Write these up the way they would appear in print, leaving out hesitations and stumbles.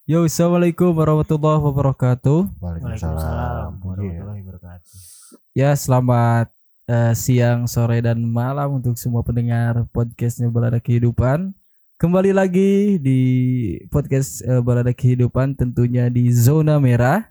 Yo, assalamualaikum warahmatullahi wabarakatuh. Waalaikumsalam Iya. warahmatullahi wabarakatuh. Ya, selamat siang, sore, dan malam untuk semua pendengar podcastnya Balada Kehidupan. Kembali lagi di podcast Balada Kehidupan, tentunya di zona merah.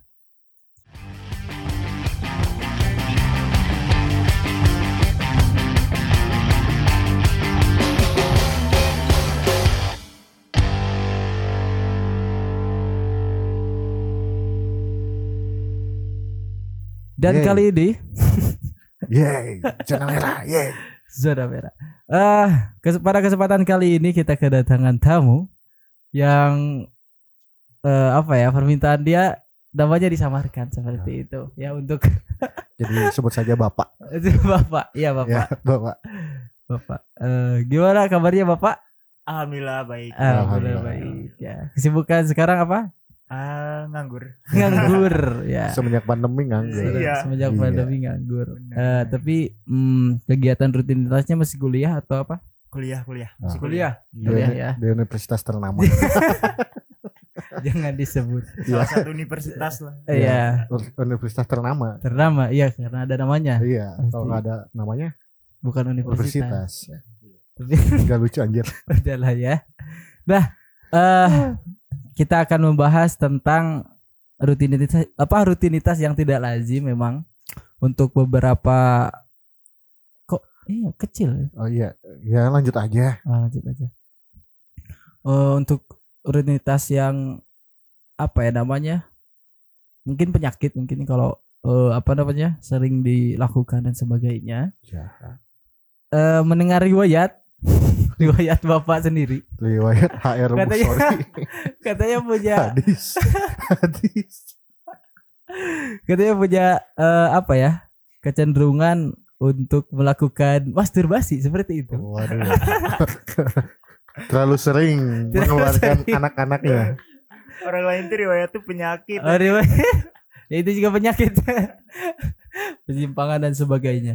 Dan Yeay. kali ini Yeay, zona merah, yeay. zona merah. Pada kesempatan kali ini kita kedatangan tamu yang permintaan dia namanya disamarkan seperti itu. Ya, untuk Jadi sebut saja Bapak. Bapak. Iya, Bapak. Ya, Bapak. Bapak. Gimana kabarnya, Bapak? Alhamdulillah baik. Alhamdulillah baik. Ya. Kesibukan sekarang apa? Nganggur. Nganggur ya. Semenjak pandemi nganggur. Iya. Semenjak Iya. pandemi nganggur. Benar. Tapi kegiatan rutinitasnya masih kuliah atau apa? Kuliah. Masih Kuliah. Di, Kuliah ya. di universitas ternama. Jangan disebut. Salah satu universitas lah. Iya. Universitas ternama. Ternama, iya karena ada namanya. Iya, Pasti. kalau nggak ada namanya Bukan universitas. universitas. Tapi Gak lucu anjir. udahlah ya. Nah, kita akan membahas tentang rutinitas yang tidak lazim memang untuk beberapa kecil. Oh iya, ya lanjut aja. Lanjut aja. Untuk rutinitas yang mungkin penyakit mungkin kalau sering dilakukan dan sebagainya. Ya. Mendengar riwayat Bapak sendiri Riwayat HR Katanya- Busori. katanya punya Hadis. kecenderungan untuk melakukan masturbasi seperti itu. Waduh. Terlalu sering mengeluarkan sering. anak-anaknya. Orang lain tuh riwayat tuh penyakit. Riwayat ya, itu juga penyakit. Penyimpangan dan sebagainya.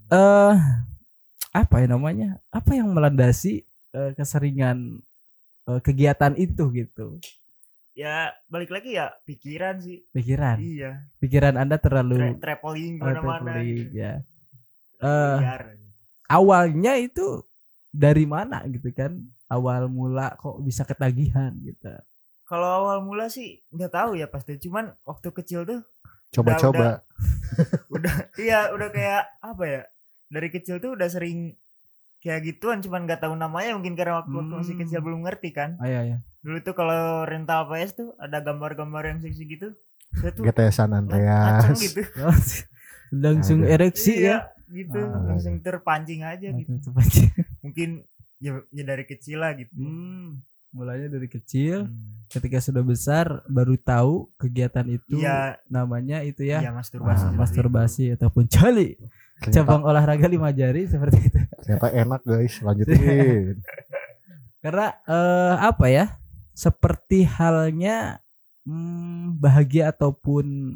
Apa yang melandasi keseringan kegiatan itu gitu? Ya balik lagi ya pikiran sih. Iya. Pikiran Anda terlalu Traveling kemana-mana. traveling, ya. Liar. Awalnya itu dari mana gitu kan? Awal mula kok bisa ketagihan gitu. Kalau awal mula sih nggak tahu ya pasti. Cuman waktu kecil tuh Coba-coba. udah kayak apa ya? Dari kecil tuh udah sering kayak gituan, cuman nggak tahu namanya mungkin karena waktu masih kecil belum ngerti kan. Iya. Dulu tuh kalau rental PS tuh ada gambar-gambar yang seksi gitu. Saya tuh GTA San ngaceng Andreas. gitu. Langsung Ada. ereksi Iya, ya. gitu. Ah. Langsung terpancing aja gitu. Mungkin ya dari kecil lah gitu. Mulanya dari kecil, ketika sudah besar baru tahu kegiatan itu Iya, namanya itu ya. iya masturbasi. seperti Masturbasi ataupun coli. Cabang olahraga 5 jari seperti itu. Ternyata enak guys, lanjutin. Karena seperti halnya bahagia ataupun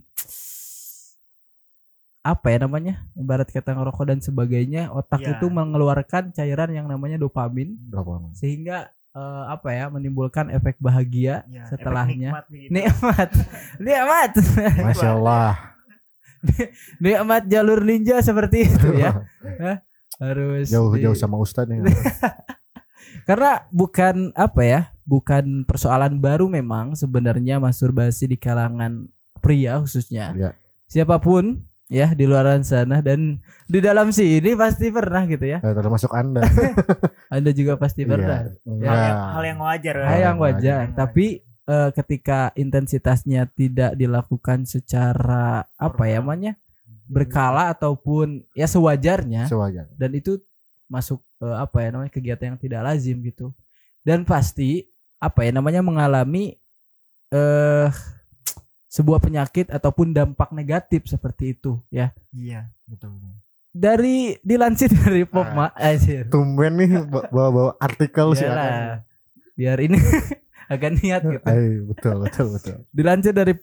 ibarat kata ngerokok dan sebagainya, otak Ya. itu mengeluarkan cairan yang namanya dopamin Berapa lama? sehingga menimbulkan efek bahagia Iya, setelahnya. efek nikmat gitu. Nikmat. Masya Allah. Nikmat jalur ninja seperti itu ya. Harus Jauh-jauh sama Ustadz nih. Karena bukan persoalan baru memang sebenarnya masturbasi di kalangan pria khususnya. Ya. Siapapun ya di luar sana dan di dalam sini pasti pernah gitu ya. Termasuk Anda. Anda juga pasti pernah. Iya. Enggak. Hal yang wajar. Hal yang wajar, Yang tapi ketika intensitasnya tidak dilakukan secara berkala ataupun ya sewajarnya, Sewajar. dan itu masuk kegiatan yang tidak lazim gitu, dan pasti mengalami sebuah penyakit ataupun dampak negatif seperti itu ya. Iya, betul. Dilansir dari Popma anjir. Tumben nih bawa artikel sih. Iyalah, biar ini agak niat gitu. Betul. Dilansir dari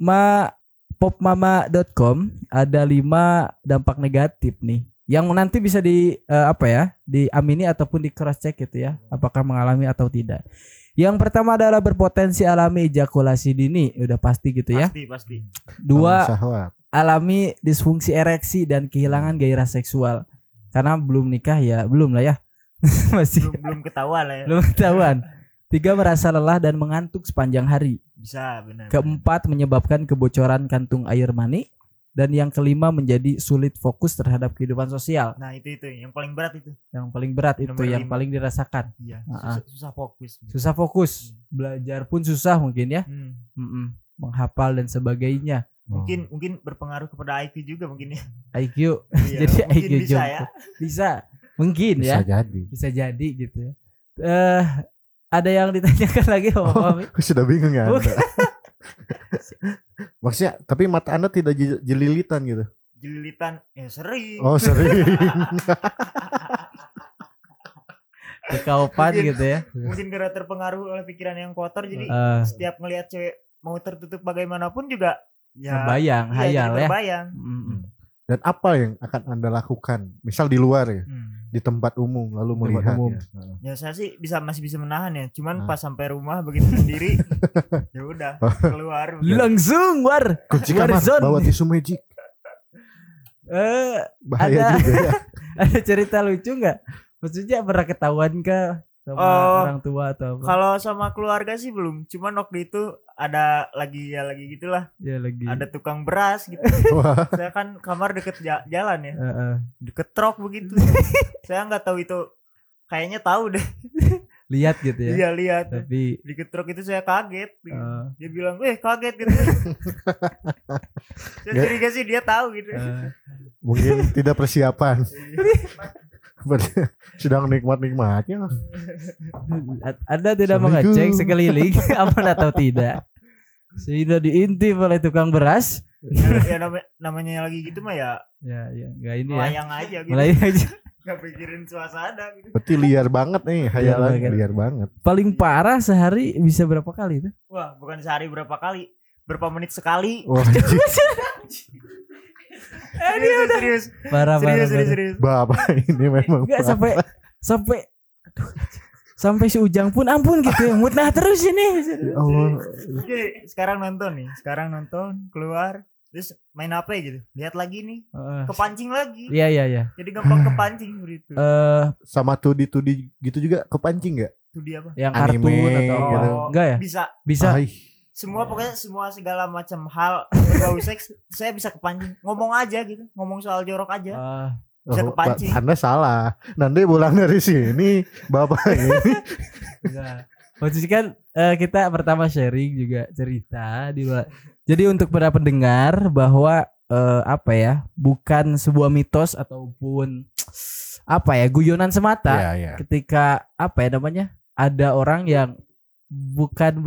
popmama.com ada 5 dampak negatif nih yang nanti bisa diamini ataupun di cross check gitu ya, apakah mengalami atau tidak. Yang pertama adalah berpotensi alami ejakulasi dini, udah pasti gitu ya. Pasti. Dua, Syahwat. alami disfungsi ereksi dan kehilangan gairah seksual. Karena belum nikah ya, belum lah ya. Masih Belum ketahuan lah ya. belum ketahuan. 3, merasa lelah dan mengantuk sepanjang hari. Bisa benar. Keempat, menyebabkan kebocoran kantung air mani. Dan yang kelima, menjadi sulit fokus terhadap kehidupan sosial. Nah, itu yang paling berat itu. Yang paling berat itu, Nomor yang 5. paling dirasakan. Iya, Ah, susah fokus. Susah fokus, belajar pun susah mungkin ya. Menghafal dan sebagainya. Mungkin berpengaruh kepada IQ juga mungkin ya. IQ. Iya, Jadi mungkin IQ bisa jongkok. ya. Bisa. Mungkin Bisa ya. jadi. Bisa jadi gitu ya. Ada yang ditanyakan lagi Oh, aku sudah bingung ya. Bukan. Maksudnya, tapi mata Anda tidak jelilitan gitu. Jelilitan ya sering. Oh, sering. Kekaupan Mungkin- gitu ya. Mungkin karena terpengaruh oleh pikiran yang kotor jadi setiap ngelihat cewek mau tertutup bagaimanapun juga ya Bayang, iya, hayal jadi ya. terbayang. Dan apa yang akan Anda lakukan? Misal di luar ya, di tempat umum lalu Tempat melihat umum. ya. Ya saya sih masih bisa menahan ya. Cuman Nah. pas sampai rumah begitu sendiri ya udah keluar. Langsung war. Kunci kamar, Warzone. bawa tisu magic. Bahaya Ada- juga ya. Ada cerita lucu nggak? Maksudnya pernah ketahuan kah sama Oh, orang tua atau apa? Kalau sama keluarga sih belum. Cuman waktu itu ada lagi gitulah. Ya lagi. Ada tukang beras gitu. Wah, Saya kan kamar deket jalan ya. Heeh. Deket truk begitu. Saya nggak tahu itu. Kayaknya tahu deh. Lihat gitu ya. Iya lihat. Tapi Di truk itu saya kaget. Dia bilang, kaget gitu. Saya curiga sih dia tahu gitu. mungkin tidak persiapan. Sedang nikmat-nikmatnya. Anda tidak Assalamualaikum. mengecek sekeliling aman atau tidak. Sehingga diintip oleh tukang beras. Ya namanya lagi gitu mah ya Ya, enggak ini ya. melayang aja gitu. Mulai aja. Gak pikirin suasana gitu. Berarti liar banget nih, hayalan banget. liar banget. Paling parah sehari bisa berapa kali itu? Wah, bukan sehari berapa kali, berapa menit sekali. Wah, anjing. Serius. Parah. Serius. Bapak ini memang Enggak sampai si Ujang pun ampun gitu ya. Mutnah terus ini. Ya Allah. Oke, sekarang nonton keluar terus main HP gitu. Lihat lagi nih, kepancing lagi. Iya. Jadi gampang kepancing begitu. Sama tudi gitu juga kepancing nggak? Itu dia apa? Yang Anime kartun atau apa? gitu. Enggak ya? Bisa. Ay, Pokoknya semua segala macam hal berbau seks saya bisa kepancing. Ngomong aja gitu, ngomong soal jorok aja. Bisa kepancing. Anda salah. Nanti pulang dari sini, Bapak ini. Enggak. Maksudnya kan kita pertama sharing juga cerita di luar. Jadi untuk para pendengar bahwa bukan sebuah mitos ataupun guyonan semata. Iya. Ketika ada orang yang bukan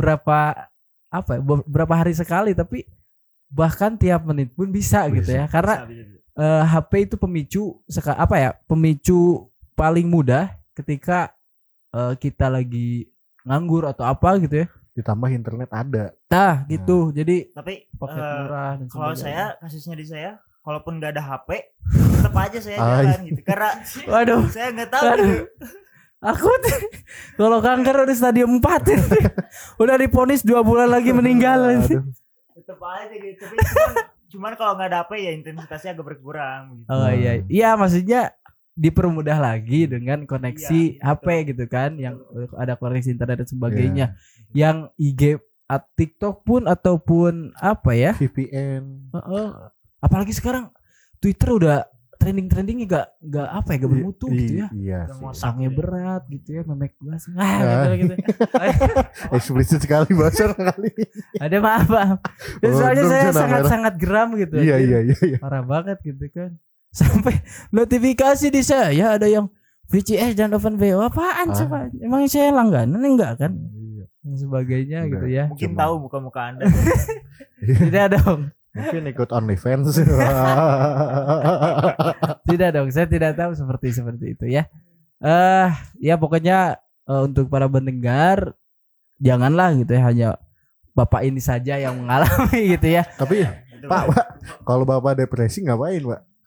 berapa hari sekali tapi bahkan tiap menit pun bisa gitu ya. Karena Bisa. HP itu pemicu paling mudah ketika kita lagi nganggur atau apa gitu ya. Ditambah internet ada. Nah gitu. Jadi Tapi paket murah dan kalau sebagainya. kasusnya di saya, kalaupun nggak ada HP, tetap aja saya Ay. jalan gitu. Karena Waduh, saya nggak tahu Waduh. gitu. aku kalau kanker udah stadium 4 udah diponis 2 bulan lagi meninggal. Aduh. Tetap aja gitu. Tapi cuman kalau nggak ada HP ya intensitasnya agak berkurang gitu. Oh iya, iya maksudnya dipermudah lagi dengan koneksi Iya, HP gitu kan, yang ada koneksi internet dan sebagainya. Iya. Yang IG, TikTok pun ataupun VPN. apalagi sekarang Twitter udah trendingnya gak bermutu gitu ya. Iya. Udah sih. ngotak. Sangnya berat gitu ya, memek bahas. Gitu. Eksplisit sekali bahasa kali. Ada maaf. Ya, soalnya Untung saya zona merah. sangat geram gitu. Iya. anjir. Parah banget gitu kan. Sampai notifikasi di saya ada yang VCS dan OpenVO. Apaan sih, Pak? Emang saya langganan enggak kan? Iya. Dan sebagainya Enggak. gitu ya. Mungkin Cuma- tahu muka-muka Anda. Tidak dong. Mungkin ikut OnlyFans. Tidak dong. Saya tidak tahu seperti itu ya. Ya pokoknya untuk para pendengar janganlah gitu ya, hanya Bapak ini saja yang mengalami gitu ya. Tapi Itu, Pak, kalau Bapak depresi ngapain, Pak?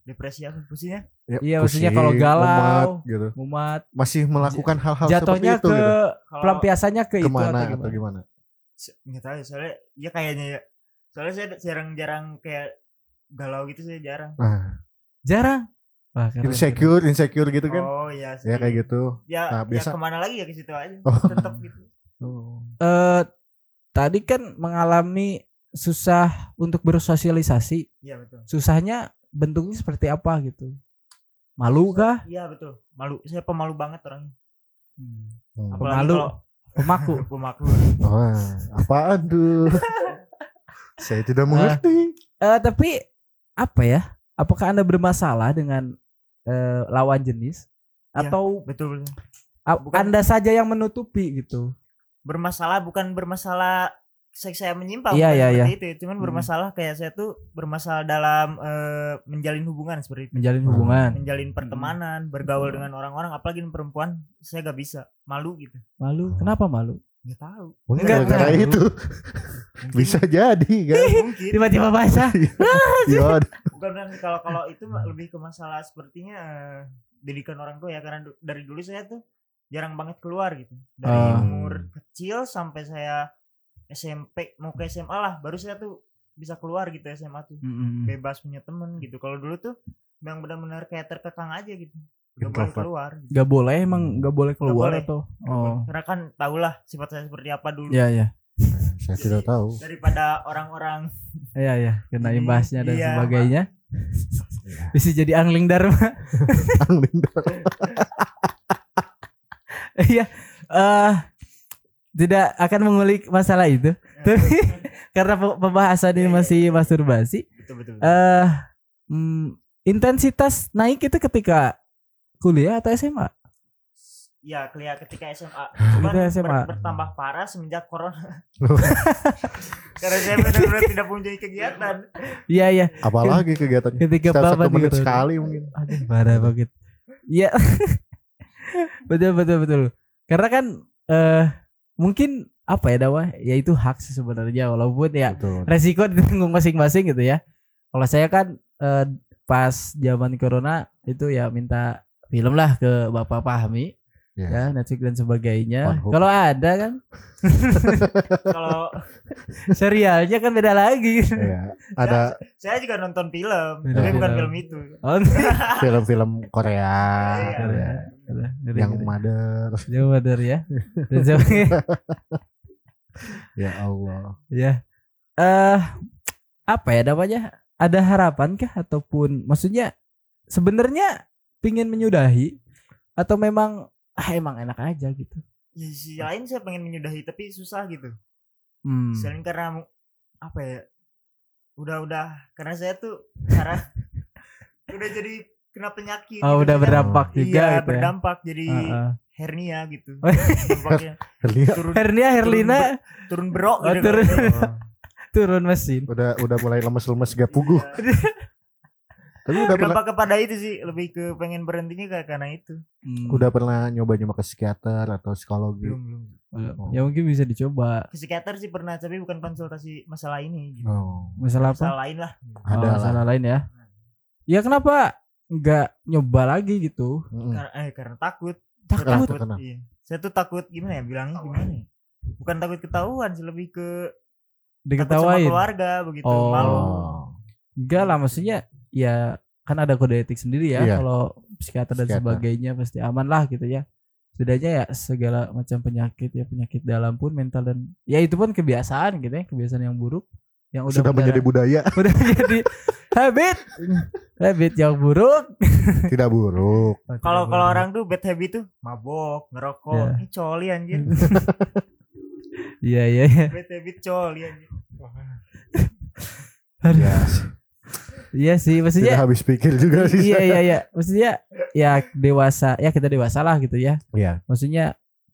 depresi apa pusingnya? Ya, Iya, maksudnya pusing, kalau galau, mumet gitu. mumet, Masih melakukan hal-hal jatuhnya seperti itu ke gitu. pelampiasannya ke itu Kemana atau atau gimana? gimana? Nggak tahu ya, soalnya ya kayaknya ya. Soalnya saya jarang-jarang kayak galau gitu, saya jarang. Nah, Jarang. Wah, keren, keren. insecure gitu kan. Oh iya sih. Ya kayak gitu. Ya, Nah, biasa. ya kemana lagi ya ke situ aja. Oh. Tetap gitu. Oh. Tadi kan mengalami susah untuk bersosialisasi. Iya betul. Susahnya bentuknya seperti apa gitu? Malu kah? Iya betul. Malu. Saya pemalu banget orangnya. Hmm. Apalagi Pemalu. kalau Pemaku. pemaku. Wah, apaan tuh? Saya tidak mengerti. Tapi apa ya? Apakah Anda bermasalah dengan lawan jenis Iya, atau betul. Anda saja yang menutupi gitu? Bermasalah bukan bermasalah saya menyimpang, Iya, bukan iya, seperti itu. Cuman Hmm. bermasalah kayak saya tuh bermasalah dalam menjalin hubungan seperti itu. Menjalin hubungan. Menjalin pertemanan, bergaul dengan orang-orang, apalagi dengan perempuan, saya gak bisa, malu gitu. Malu. Kenapa malu? Nggak tahu. Mungkin Enggak, gara-gara enggak. itu bisa jadi kan. Mungkin. Tiba-tiba basah. Iya. Bukan kalau itu lebih ke masalah sepertinya didikan orang tua ya, karena dari dulu saya tuh jarang banget keluar gitu. Dari umur kecil sampai saya SMP mau ke SMA lah, baru saya tuh bisa keluar gitu SMA tuh. Bebas punya temen gitu. Kalau dulu tuh memang benar-benar kayak terkekang aja gitu. Gak boleh Introvert. keluar gitu. Gak boleh emang gak boleh keluar boleh. atau? Gak boleh. Karena kan tahulah sifat saya seperti apa dulu. Iya iya. Saya tidak tahu. Daripada orang-orang Iya iya. Kena Jadi, imbasnya dan iya. sebagainya. Bisa jadi angling dharma. Iya. Tidak akan mengulik masalah itu. Tapi karena pembahasan ini masih masturbasi. betul. Intensitas naik itu ketika kuliah atau SMA? Ya ketika SMA. Ketika Cuman SMA. bertambah parah semenjak corona. Karena saya benar-benar tidak punya kegiatan. Iya iya. Apalagi kegiatannya? Ketika Setiap 1 bapak menit gitu. sekali mungkin. Aduh, parah banget. Iya. betul. Karena kan mungkin apa ya Dawa? Ya itu hak sih sebenarnya, walaupun ya Betul. resiko ditanggung masing-masing gitu ya. Kalau saya kan pas zaman corona itu ya minta film lah ke Bapak Fahmi. Ya. Ya, Netflix dan sebagainya. Pornhub. Kalau ada kan Kalau serialnya kan beda lagi. Iya. Ada saya juga nonton film, Beda tapi bukan film. film itu. Oh, film-film Korea Iya. yang mother. Jauh bener ya. Dan sebagainya. Ya Allah. Ya. Apa ya namanya? Ada harapan kah ataupun maksudnya sebenarnya pingin menyudahi atau memang emang enak aja gitu. Ya, sisi lain saya pengen menyudahi tapi susah gitu. Hmm. Selain karena apa ya? Udah karena saya tuh cara udah jadi kena penyakit. Oh, gitu. udah Saya- berdampak juga Iya, gitu ya. berdampak jadi Heeh. hernia gitu. Oh. Dampaknya Lihat Hernia Herlina turun berok Oh, gitu. turun. kan. turun mesin. udah mulai lemes-lemes gak puguh. Tapi udah pernah Berdampak kepada itu sih, lebih ke pengen berhentinya karena itu. udah pernah nyoba-nyoba ke psikiater atau psikologi. Belum. Ya mungkin bisa dicoba. Ke psikiater sih pernah, tapi bukan konsultasi masalah ini gitu. Oh, Masalah apa? Masalah lain lah. ada Oh, lah. masalah lain ya. Ya kenapa nggak nyoba lagi gitu? Mm-mm. Karena takut. Takut. Takut. Kenapa? Iya. Saya tuh takut gimana ya bilangnya gimana ya? Bukan takut ketahuan sih, lebih ke takut sama Diketawain. keluarga begitu, Oh. malu. Enggak lah, maksudnya ya kan ada kode etik sendiri ya. Iya. Kalau psikiater dan Psikiater. sebagainya pasti aman lah gitu ya. Setidaknya ya segala macam penyakit ya, penyakit dalam pun mental dan ya itu pun kebiasaan gitu ya, kebiasaan yang buruk yang udah Sudah menjadi budaya. udah menjadi habit yang buruk. Tidak buruk. Kalau orang tuh bad habit tuh mabok, ngerokok, Ya. ini coli anjir. Iya. Bad habit coli anjir. Ya, Iya sih, tidak maksudnya habis pikir juga sih. iya. Maksudnya ya dewasa, ya kita dewasa lah gitu ya. Iya. Maksudnya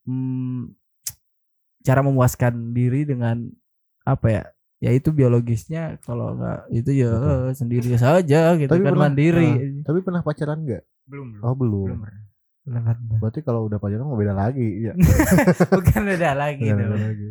cara memuaskan diri dengan apa ya? Ya itu biologisnya, kalau enggak itu ya Betul. sendiri saja gitu Tapi kan, pernah- mandiri. Tapi pernah pacaran nggak? Belum. Oh belum. pernah. Berarti kalau udah pacaran mau beda lagi. Ya. Bukan beda lagi Beda tuh. lagi.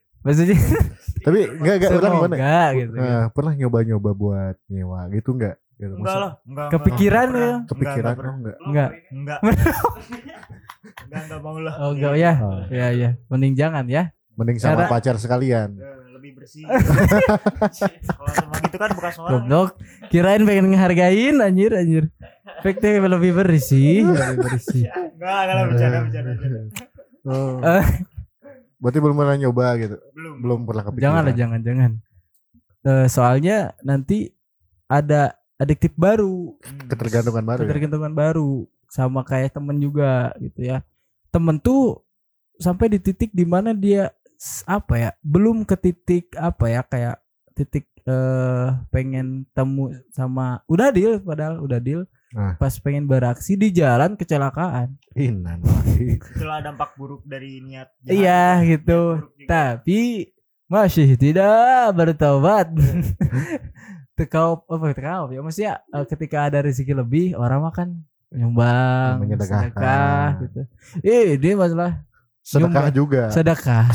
Maksudnya Tapi enggak bukan gimana? semoga gitu. Pernah nyoba-nyoba buat nyewa gitu enggak? gitu. Enggak lah, enggak. Kepikiran enggak, ya? Kepikiran enggak, enggak? Enggak. enggak. Enggak mau lah. Oh enggak ya. Oh. Ya. Mending jangan ya. Mending sama Karena- pacar sekalian. Lebih bersih. Kalau sama gitu kan bekas orang. Goblok. Kirain pengen ngehargain anjir. Efeknya lebih bersih. Enggak lah bercanda. Oh. Eh. Berarti belum pernah nyoba gitu. Belum. Pernah kepikiran. Jangan. Soalnya nanti ada adiktif baru. Ketergantungan baru. Ya? Ketergantungan baru sama kayak temen juga gitu ya. Temen tuh sampai di titik dimana dia belum ke titik kayak titik pengen temu sama udah deal Nah. pas pengen beraksi di jalan kecelakaan. Inan. Itulah dampak buruk dari niat jahat. Iya gitu. Buruk juga. Tapi masih tidak bertobat. Tekau ya maksudnya ketika ada rezeki lebih orang makan nyumbang, Menyedekahkan. sedekah gitu. Dia masalah Sedekah juga. sedekah.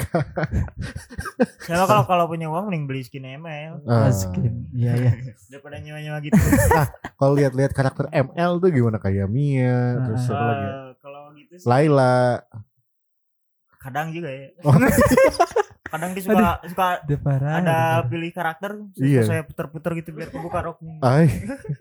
Saya kalau punya uang mending beli skin ML Masukin. Iya. daripada nyewa gitu. Kalau lihat karakter ML tuh gimana kayak Mia, terus apa lagi? Kalau gitu sih Laila. kadang juga ya. Oh. Kadang dia suka Udah parah. ada pilih karakter Iya. saya puter-puter gitu biar kebuka roknya. Ay.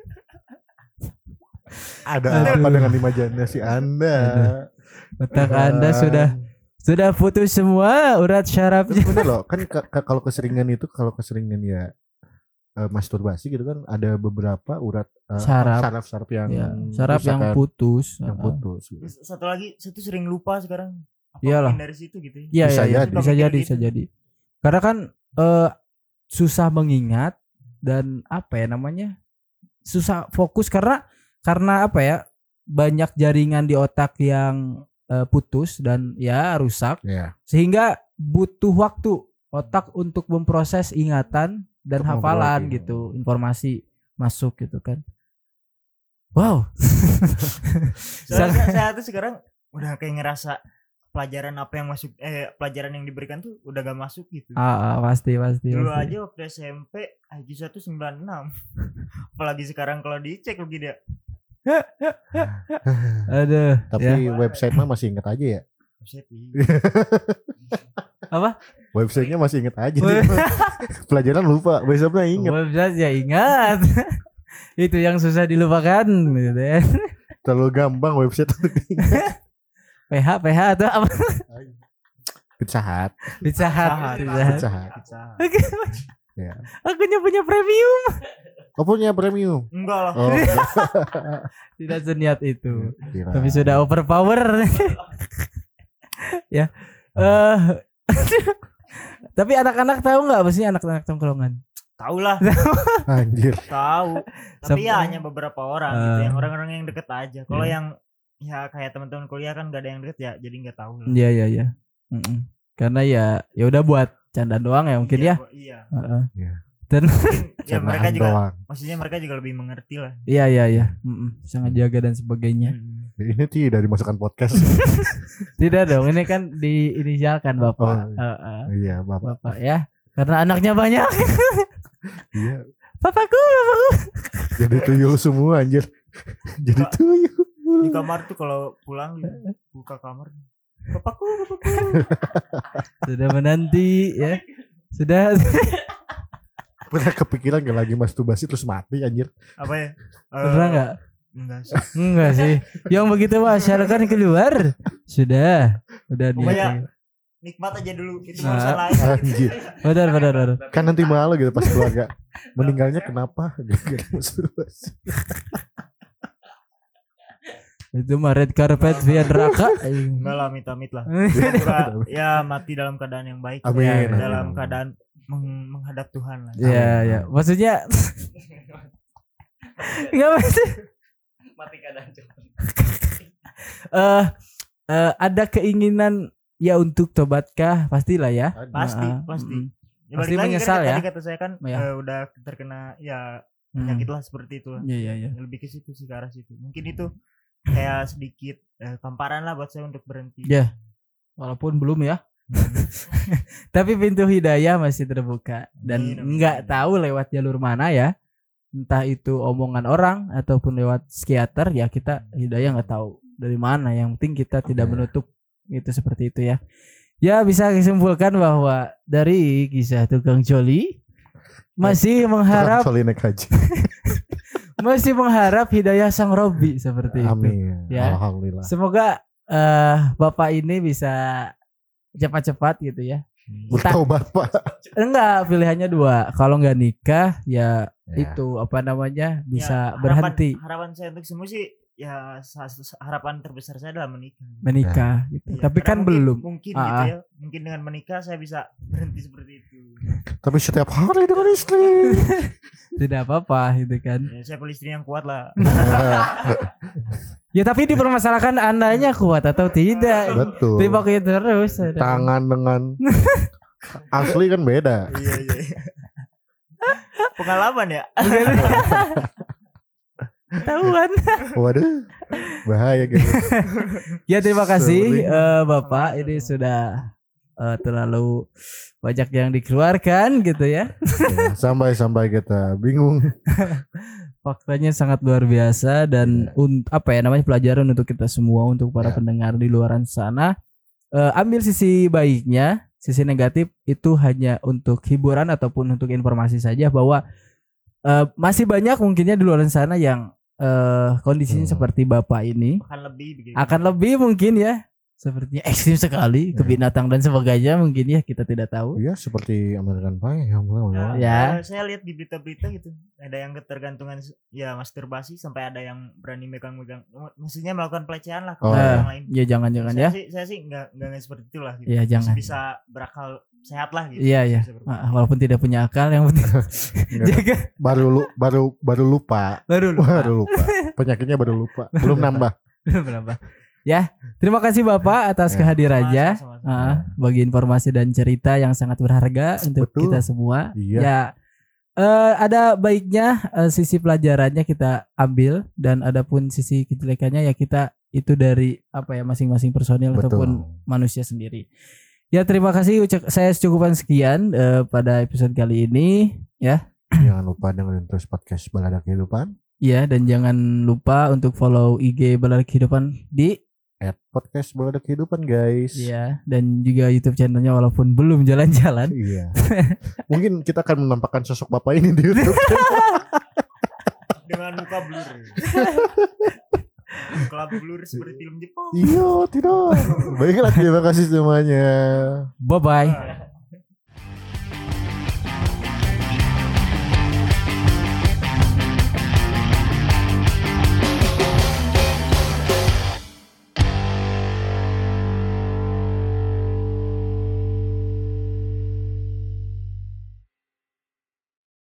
Ada apa dengan imajinasi Anda? Otak Anda sudah putus semua urat syarafnya. Terus bener loh, kan kalau keseringan ya masturbasi gitu kan ada beberapa urat saraf yang Ya, saraf rusak yang kan, putus. yang putus. Gitu. Terus satu lagi saya tuh sering lupa sekarang. Apa Iyalah. mungkin dari situ gitu. Iya, Bisa iya, jadi. bisa jadi. Karena kan susah mengingat dan susah fokus karena apa ya? Banyak jaringan di otak yang putus dan ya rusak. Ya. Sehingga butuh waktu otak untuk memproses ingatan dan Untuk hafalan ngobrol, gitu, informasi masuk gitu kan. Wow. Saya tuh sekarang udah kayak ngerasa pelajaran apa yang masuk pelajaran yang diberikan tuh udah gak masuk gitu. Pasti. Dulu aja waktu SMP IQ 196. Apalagi sekarang kalau dicek lagi dia. Aduh. Tapi ya. website mah masih inget aja ya. Buset, Apa? Websitenya masih inget aja. Pelajaran lupa, websitenya inget. Website ya ingat. Itu yang susah dilupakan gitu ya. Terlalu gampang website. PH atau apa? Pizza Hut. Pizza Hut. Pizza Hut. Ya. Aku punya premium. Oh punya premium. Enggak lah. Oh. Tidak seniat itu. Kira. Tapi sudah overpower. Ya. Tapi anak-anak tahu nggak maksudnya anak-anak tongkrongan? Tahu lah. Anjir. Tahu. Tapi Sampai- ya hanya beberapa orang gitu yang orang-orang yang deket aja. Kalau yang ya kayak teman-teman kuliah kan gak ada yang deket ya, jadi nggak tahu lah. Iya. Mm-mm. Karena ya udah buat candaan doang ya mungkin ya. Iya. Heeh. Iya. Dan Ya mereka Candaan juga doang. maksudnya mereka juga lebih mengerti lah. iya. Sangat jaga dan sebagainya. Ini tidak dimasukkan podcast. Tidak dong, ini kan diinisialkan Bapak. Oh. Iya, Bapak. Bapak ya. Karena anaknya banyak. Iya. Papaku. Jadi tuyul semua anjir. Jadi tuyul. Di kamar tuh kalau pulang gitu, buka kamar. Papaku. Sudah menanti ya. Sudah. Pernah kepikiran gak lagi masturbasi terus mati anjir. Apa ya? Pernah nggak? Enggak sih. Enggak sih. Yang begitu mas syaratkan keluar. Sudah Pokoknya niat. nikmat aja dulu itu Nah, urusan lain. Anjir. Benar. Kan nanti malu gitu pas keluarga. Meninggalnya kenapa? Gara-gara masturbasi. Itu mah red carpet via neraka. Enggak lah, amit-amit lah. Semoga ya mati dalam keadaan yang baik. Amin, Ya, amin, dalam amin. keadaan menghadap Tuhan lah. Iya. Maksudnya enggak maksud. Mati keadaan Tuhan. Ada keinginan ya untuk tobatkah? Pastilah ya. Pasti. Mm. Ya, Pasti balik lagi menyesal kan, ya. tadi kata saya kan Ya. udah terkena ya Hmm. penyakit lah seperti itu lah. Iya. Lebih ke situ sih, ke arah situ. Mungkin itu kayak sedikit tamparan lah buat saya untuk berhenti. Ya. Walaupun belum ya. Tapi pintu hidayah masih terbuka dan Amin. nggak tahu lewat jalur mana ya. entah itu omongan orang ataupun lewat psikiater, ya kita hidayah nggak tahu dari mana. Yang penting kita tidak menutup itu seperti itu ya. Ya bisa disimpulkan bahwa dari kisah tukang coli masih mengharap masih mengharap hidayah sang Robi seperti Amin. itu. Ya. Alhamdulillah. Semoga Bapak ini bisa cepat-cepat gitu ya. Bertobat Pak. Enggak, pilihannya 2. Kalau nggak nikah ya itu apa namanya bisa berhenti. Harapan saya untuk semua sih ya, harapan terbesar saya adalah menikah gitu. Tapi kan belum. Mungkin gitu ya. Mungkin dengan menikah saya bisa berhenti seperti itu. Tapi setiap hari dengan istri. Tidak apa-apa gitu kan. Ya, saya pilih istri yang kuat lah. Ya tapi dipermasalahkan Andanya kuat atau tidak. Betul. Tiba-tiba terus. Tangan dengan asli kan beda. Iya. Pengalaman ya. Ketahuan. Waduh, bahaya gitu. Ya terima kasih Bapak, ini sudah terlalu banyak yang dikeluarkan gitu ya. Sampai kita bingung. Faktanya sangat luar biasa dan pelajaran untuk kita semua, untuk para pendengar di luaran sana. Ambil sisi baiknya, sisi negatif itu hanya untuk hiburan ataupun untuk informasi saja, bahwa masih banyak mungkinnya di luaran sana yang kondisinya seperti Bapak ini akan lebih mungkin ya, sepertinya ekstrim sekali ke binatang dan sebagainya, mungkin ya kita tidak tahu. Iya, seperti American Pie ya. Saya lihat di berita-berita gitu, ada yang ketergantungan ya masturbasi, sampai ada yang berani megang-megang, maksudnya melakukan pelecehan lah kepada orang lain. Ya jangan-jangan ya. Saya sih enggak seperti itulah gitu. Ya, jangan. Bisa berakal sehat lah gitu. Iya. Walaupun tidak punya akal, yang penting jaga. Baru lupa. Penyakitnya baru lupa. Belum nambah. Ya, terima kasih Bapak atas kehadirannya. Bagi informasi dan cerita yang sangat berharga untuk kita semua. Iya. Ya, ada baiknya sisi pelajarannya kita ambil, dan adapun sisi kejelekannya ya kita itu dari masing-masing personil ataupun manusia sendiri. Ya terima kasih, saya cukupan sekian pada episode kali ini ya. Jangan lupa dengerin terus podcast Balada Kehidupan. Iya, dan jangan lupa untuk follow IG Balada Kehidupan di @podcast Balada Kehidupan guys. Iya, dan juga YouTube channelnya walaupun belum jalan-jalan. Iya. Mungkin kita akan menampakkan sosok Bapak ini di YouTube. Dengan muka blur. Muka blur seperti film Jepang. Iya, tidak. Baiklah, terima kasih semuanya. Bye bye.